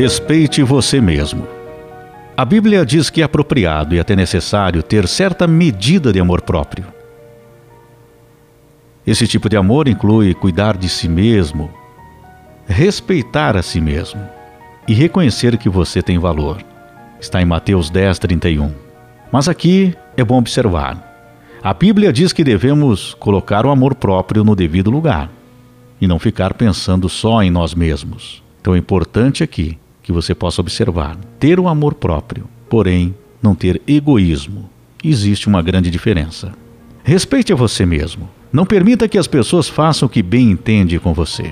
Respeite você mesmo. A Bíblia diz que é apropriado e até necessário ter certa medida de amor próprio. Esse tipo de amor inclui cuidar de si mesmo, respeitar a si mesmo e reconhecer que você tem valor. Está em Mateus 10:31. Mas aqui é bom observar. A Bíblia diz que devemos colocar o amor próprio no devido lugar e não ficar pensando só em nós mesmos. Então é importante aqui que você possa observar. Ter o amor próprio, porém não ter egoísmo. Existe uma grande diferença. Respeite a você mesmo. Não permita que as pessoas façam o que bem entende com você.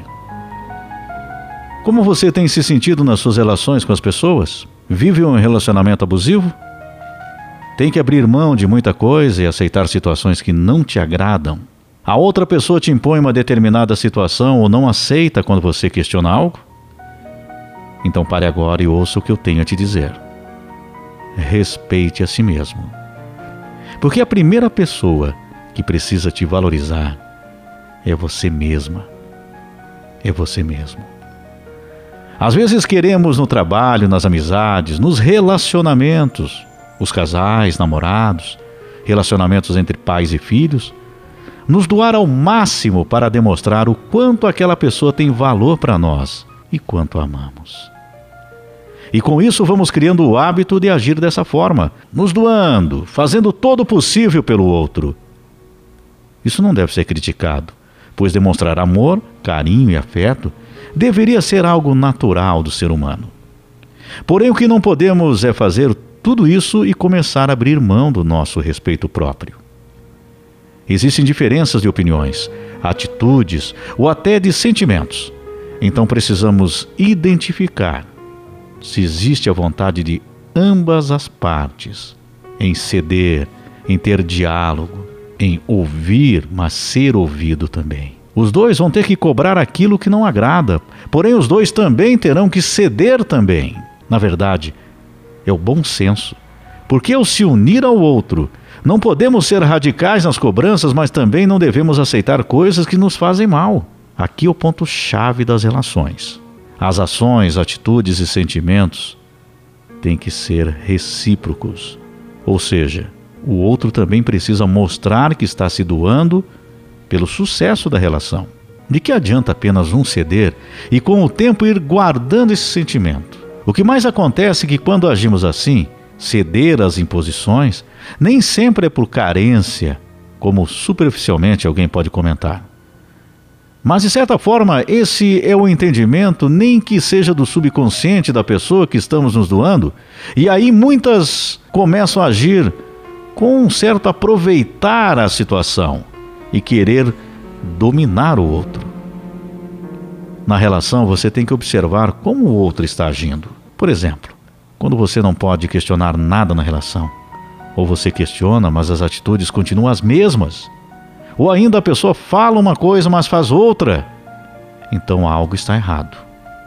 Como você tem se sentido nas suas relações com as pessoas? Vive um relacionamento abusivo? Tem que abrir mão de muita coisa e aceitar situações que não te agradam? A outra pessoa te impõe uma determinada situação ou não aceita quando você questiona algo? Então pare agora e ouça o que eu tenho a te dizer. Respeite a si mesmo. Porque a primeira pessoa que precisa te valorizar é você mesma. É você mesmo. Às vezes queremos no trabalho, nas amizades, nos relacionamentos, os casais, namorados, relacionamentos entre pais e filhos, nos doar ao máximo para demonstrar o quanto aquela pessoa tem valor para nós e quanto a amamos. E com isso vamos criando o hábito de agir dessa forma, nos doando, fazendo todo o possível pelo outro. Isso não deve ser criticado, pois demonstrar amor, carinho e afeto deveria ser algo natural do ser humano. Porém, o que não podemos é fazer tudo isso e começar a abrir mão do nosso respeito próprio. Existem diferenças de opiniões, atitudes ou até de sentimentos. Então precisamos identificar se existe a vontade de ambas as partes em ceder, em ter diálogo, em ouvir, mas ser ouvido também. Os dois vão ter que cobrar aquilo que não agrada, porém os dois também terão que ceder também. Na verdade, é o bom senso, porque ao se unir ao outro, não podemos ser radicais nas cobranças, mas também não devemos aceitar coisas que nos fazem mal. Aqui é o ponto-chave das relações. As ações, atitudes e sentimentos têm que ser recíprocos. Ou seja, o outro também precisa mostrar que está se doando pelo sucesso da relação. De que adianta apenas um ceder e com o tempo ir guardando esse sentimento? O que mais acontece é que quando agimos assim, ceder às imposições, nem sempre é por carência, como superficialmente alguém pode comentar. Mas de certa forma, esse é o entendimento, nem que seja do subconsciente da pessoa que estamos nos doando, e aí muitas começam a agir com um certo aproveitar a situação e querer dominar o outro. Na relação, você tem que observar como o outro está agindo. Por exemplo, quando você não pode questionar nada na relação, ou você questiona, mas as atitudes continuam as mesmas, ou ainda a pessoa fala uma coisa, mas faz outra, então algo está errado.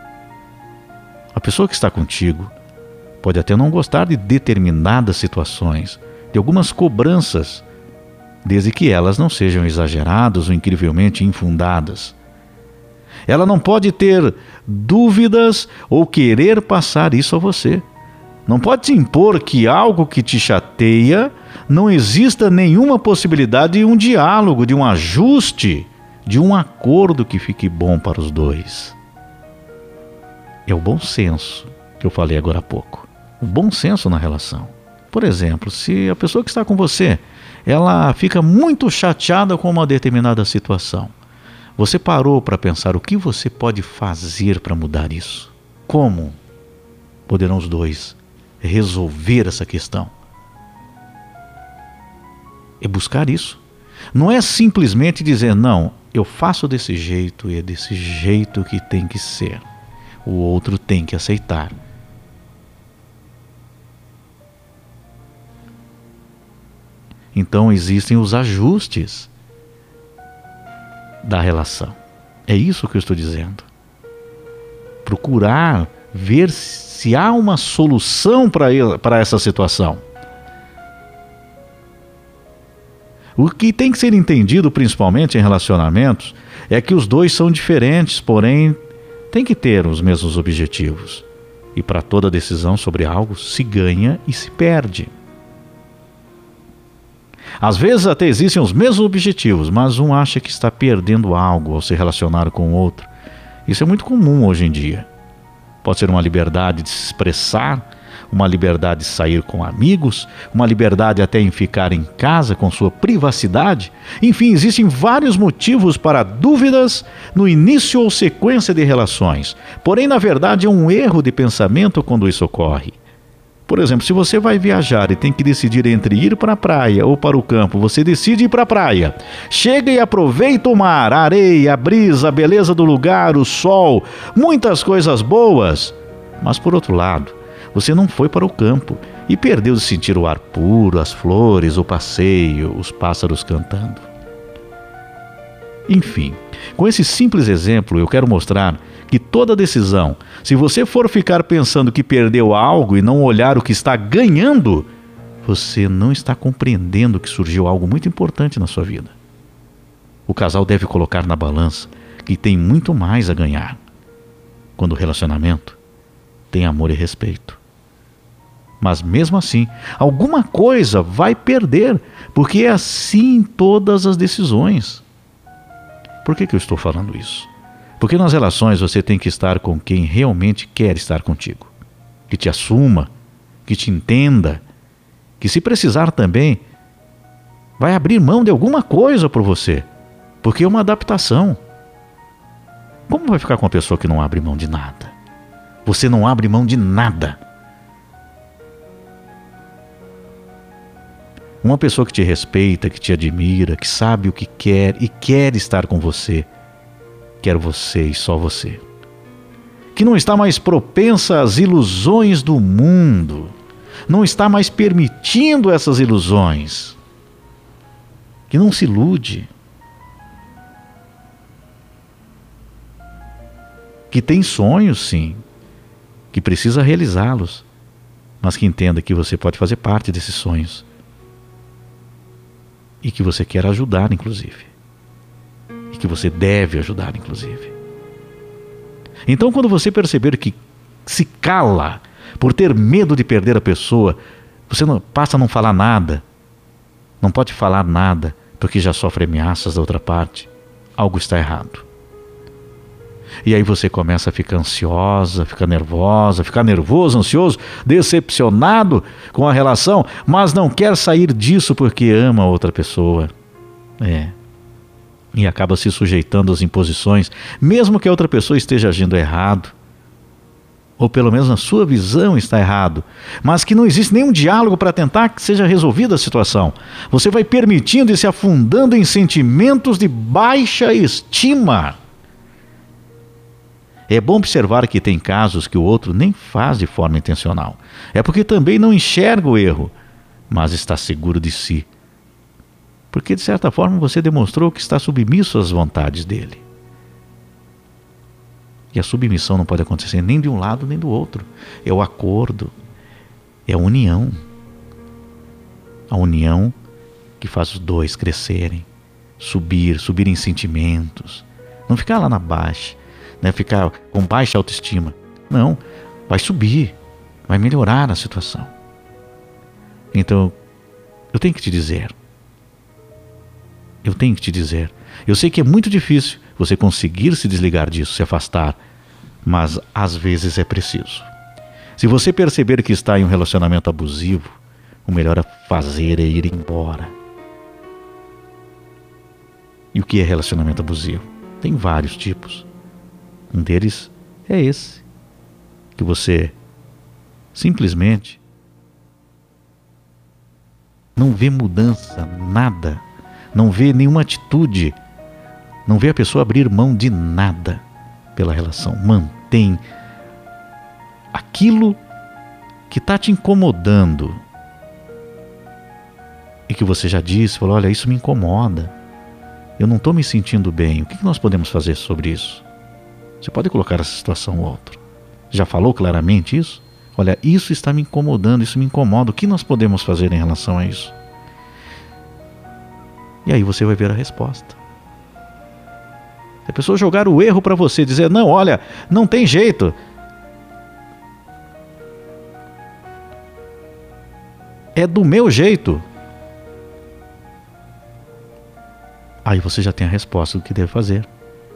A pessoa que está contigo pode até não gostar de determinadas situações, de algumas cobranças, desde que elas não sejam exageradas ou incrivelmente infundadas. Ela não pode ter dúvidas ou querer passar isso a você. Não pode te impor que algo que te chateia não exista nenhuma possibilidade de um diálogo, de um ajuste, de um acordo que fique bom para os dois. É o bom senso que eu falei agora há pouco. O bom senso na relação. Por exemplo, se a pessoa que está com você, ela fica muito chateada com uma determinada situação, você parou para pensar o que você pode fazer para mudar isso? Como poderão os dois resolver essa questão? É buscar isso. Não é simplesmente dizer, não, eu faço desse jeito e é desse jeito que tem que ser. O outro tem que aceitar. Então existem os ajustes da relação. É isso que eu estou dizendo. Procurar ver se há uma solução para essa situação. O que tem que ser entendido, principalmente em relacionamentos, é que os dois são diferentes, porém têm que ter os mesmos objetivos. E para toda decisão sobre algo, se ganha e se perde. Às vezes até existem os mesmos objetivos, mas um acha que está perdendo algo ao se relacionar com o outro. Isso é muito comum hoje em dia. Pode ser uma liberdade de se expressar, uma liberdade de sair com amigos, uma liberdade até em ficar em casa com sua privacidade. Enfim, existem vários motivos para dúvidas no início ou sequência de relações. Porém, na verdade, é um erro de pensamento quando isso ocorre. Por exemplo, se você vai viajar e tem que decidir entre ir para a praia ou para o campo, você decide ir para a praia. Chega e aproveita o mar, a areia, a brisa, a beleza do lugar, o sol, muitas coisas boas. Mas por outro lado, você não foi para o campo e perdeu de sentir o ar puro, as flores, o passeio, os pássaros cantando. Enfim, com esse simples exemplo eu quero mostrar que toda decisão, se você for ficar pensando que perdeu algo e não olhar o que está ganhando, você não está compreendendo que surgiu algo muito importante na sua vida. O casal deve colocar na balança que tem muito mais a ganhar quando o relacionamento tem amor e respeito. Mas mesmo assim, alguma coisa vai perder, porque é assim em todas as decisões. Por que eu estou falando isso? Porque nas relações você tem que estar com quem realmente quer estar contigo. Que te assuma, que te entenda, que se precisar também, vai abrir mão de alguma coisa por você. Porque é uma adaptação. Como vai ficar com uma pessoa que não abre mão de nada? Você não abre mão de nada. Uma pessoa que te respeita, que te admira, que sabe o que quer e quer estar com você. Quer você e só você. Que não está mais propensa às ilusões do mundo. Não está mais permitindo essas ilusões. Que não se ilude. Que tem sonhos, sim. Que precisa realizá-los. Mas que entenda que você pode fazer parte desses sonhos. E que você quer ajudar, inclusive. E que você deve ajudar, inclusive. Então, quando você perceber que se cala por ter medo de perder a pessoa, você passa a não falar nada, não pode falar nada, porque já sofre ameaças da outra parte, algo está errado. E aí você começa a ficar ansiosa, ficar nervosa, ficar nervoso, ansioso, decepcionado com a relação, mas não quer sair disso porque ama a outra pessoa. E acaba se sujeitando às imposições, mesmo que a outra pessoa esteja agindo errado, ou pelo menos na sua visão está errado, mas que não existe nenhum diálogo para tentar que seja resolvida a situação. Você vai permitindo e se afundando em sentimentos de baixa estima. É bom observar que tem casos que o outro nem faz de forma intencional. É porque também não enxerga o erro, mas está seguro de si. Porque de certa forma você demonstrou que está submisso às vontades dele. E a submissão não pode acontecer nem de um lado nem do outro. É o acordo, é a união. A união que faz os dois crescerem, subir em sentimentos. Não ficar lá na baixa. Ficar com baixa autoestima. Não, vai subir, vai melhorar a situação. Então, eu tenho que te dizer, eu sei que é muito difícil você conseguir se desligar disso, se afastar, mas às vezes é preciso. Se você perceber que está em um relacionamento abusivo, o melhor a fazer é ir embora. E o que é relacionamento abusivo? Tem vários tipos. Um deles é esse, que você simplesmente não vê mudança, nada, não vê nenhuma atitude, não vê a pessoa abrir mão de nada pela relação, mantém aquilo que está te incomodando e que você já disse, falou, olha, isso me incomoda, eu não estou me sentindo bem, o que nós podemos fazer sobre isso? Você pode colocar essa situação ao outro. Já falou claramente isso? Olha, isso está me incomodando, isso me incomoda. O que nós podemos fazer em relação a isso? E aí você vai ver a resposta. Se a pessoa jogar o erro para você, dizer, não, olha, não tem jeito. é do meu jeito. Aí você já tem a resposta do que deve fazer.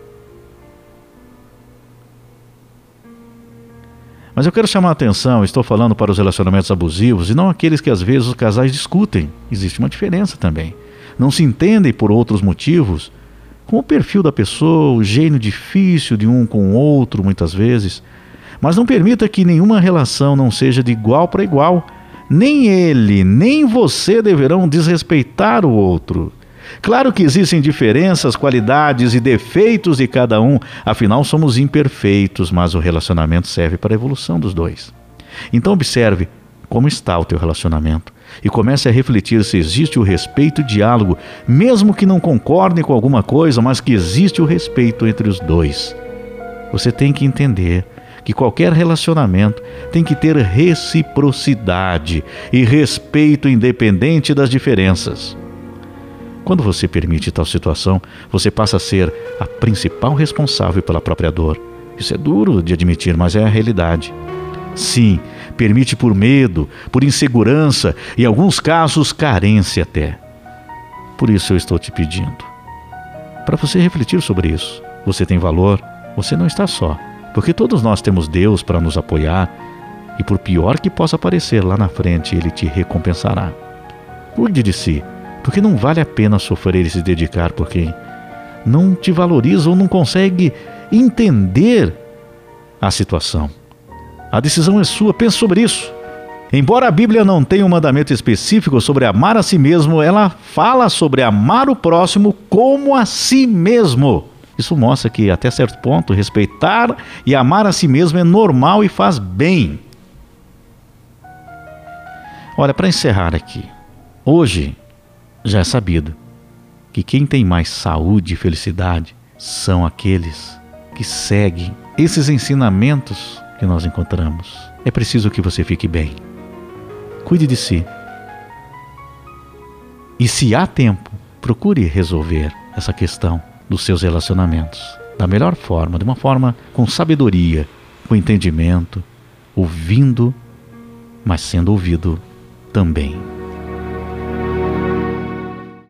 Mas eu quero chamar a atenção, estou falando para os relacionamentos abusivos e não aqueles que às vezes os casais discutem. Existe uma diferença também. Não se entendem por outros motivos, como o perfil da pessoa, o gênio difícil de um com o outro muitas vezes. Mas não permita que nenhuma relação não seja de igual para igual. Nem ele, nem você deverão desrespeitar o outro. Claro que existem diferenças, qualidades e defeitos de cada um, afinal somos imperfeitos, mas o relacionamento serve para a evolução dos dois. Então observe como está o teu relacionamento e comece a refletir se existe o respeito e o diálogo, mesmo que não concordem com alguma coisa, mas que existe o respeito entre os dois. Você tem que entender que qualquer relacionamento tem que ter reciprocidade e respeito independente das diferenças. Quando você permite tal situação, você passa a ser a principal responsável pela própria dor. Isso é duro de admitir, mas é a realidade. Sim, permite por medo, por insegurança e, em alguns casos, carência até. Por isso eu estou te pedindo, para você refletir sobre isso. Você tem valor, você não está só, porque todos nós temos Deus para nos apoiar e, por pior que possa parecer, lá na frente Ele te recompensará. Cuide de si, porque não vale a pena sofrer e se dedicar por quem não te valoriza ou não consegue entender a situação. A decisão é sua, pense sobre isso. Embora a Bíblia não tenha um mandamento específico sobre amar a si mesmo, ela fala sobre amar o próximo como a si mesmo. Isso mostra que, até certo ponto, respeitar e amar a si mesmo é normal e faz bem. Olha, para encerrar aqui, hoje já é sabido que quem tem mais saúde e felicidade são aqueles que seguem esses ensinamentos que nós encontramos. É preciso que você fique bem. Cuide de si. E se há tempo, procure resolver essa questão dos seus relacionamentos da melhor forma, de uma forma com sabedoria, com entendimento, ouvindo, mas sendo ouvido também.